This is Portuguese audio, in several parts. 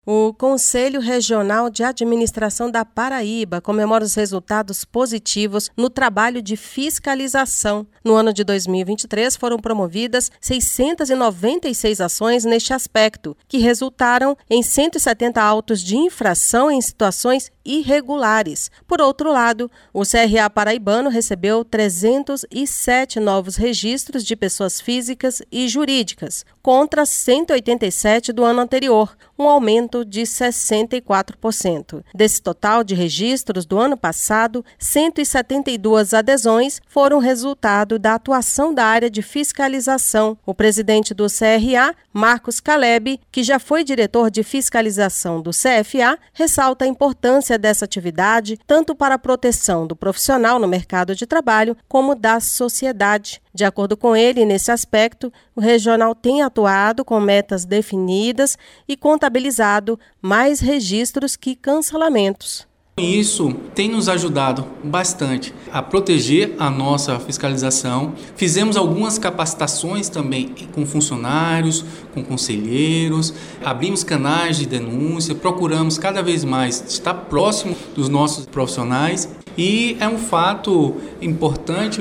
O Conselho Regional de Administração da Paraíba comemora os resultados positivos no trabalho de fiscalização. No ano de 2023, foram promovidas 696 ações neste aspecto, que resultaram em 170 autos de infração em situações irregulares. Por outro lado, o CRA paraibano recebeu 307 novos registros de pessoas físicas e jurídicas, contra 187 do ano anterior, um aumento de 64%. Desse total de registros do ano passado, 172 adesões foram resultado da atuação da área de fiscalização. O presidente do CRA, Marcos Caleb, que já foi diretor de fiscalização do CFA, ressalta a importância dessa atividade tanto para a proteção do profissional no mercado de trabalho como da sociedade. De acordo com ele, nesse aspecto, o regional tem atuado com metas definidas e contabilizado mais registros que cancelamentos. Isso tem nos ajudado bastante a proteger a nossa fiscalização. Fizemos algumas capacitações também com funcionários, com conselheiros, abrimos canais de denúncia, procuramos cada vez mais estar próximo dos nossos profissionais e é um fato importante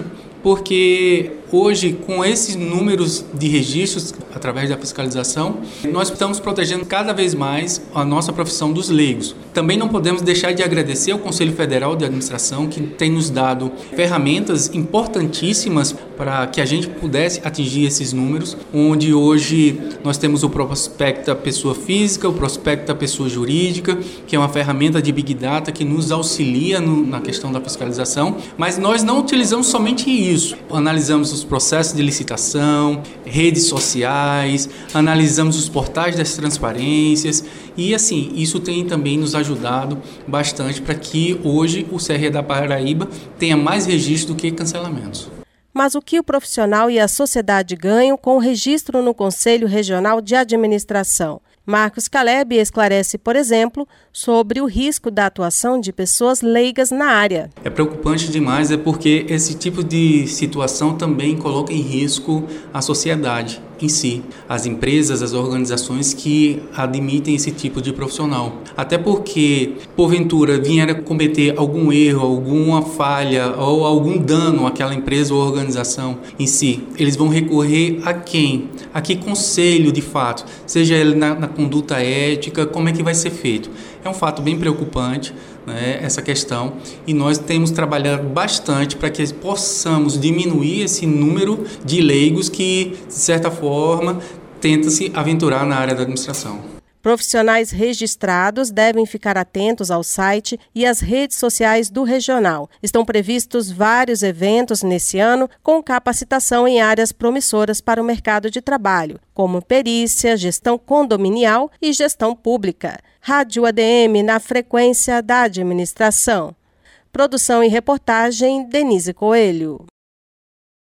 porque hoje, com esses números de registros através da fiscalização, nós estamos protegendo cada vez mais a nossa profissão dos leigos. Também não podemos deixar de agradecer ao Conselho Federal de Administração, que tem nos dado ferramentas importantíssimas para que a gente pudesse atingir esses números, onde hoje nós temos o prospecto da pessoa física, o prospecto da pessoa jurídica, que é uma ferramenta de Big Data que nos auxilia na questão da fiscalização, mas nós não utilizamos somente isso. Analisamos os processos de licitação, redes sociais, analisamos os portais das transparências e assim, isso tem também nos ajudado bastante para que hoje o CRA da Paraíba tenha mais registro do que cancelamentos. Mas o que o profissional e a sociedade ganham com o registro no Conselho Regional de Administração? Marcos Caleb esclarece, por exemplo, sobre o risco da atuação de pessoas leigas na área. É preocupante demais, porque esse tipo de situação também coloca em risco a sociedade em si, as empresas, as organizações que admitem esse tipo de profissional. Até porque, porventura, vier a cometer algum erro, alguma falha ou algum dano àquela empresa ou organização em si, eles vão recorrer a quem? A que conselho, de fato? Seja ele na conduta ética, como é que vai ser feito? É um fato bem preocupante, né, essa questão, e nós temos trabalhado bastante para que possamos diminuir esse número de leigos que, de certa forma, tentam se aventurar na área da administração. Profissionais registrados devem ficar atentos ao site e às redes sociais do regional. Estão previstos vários eventos nesse ano com capacitação em áreas promissoras para o mercado de trabalho, como perícia, gestão condominial e gestão pública. Rádio ADM na frequência da administração. Produção e reportagem, Denise Coelho.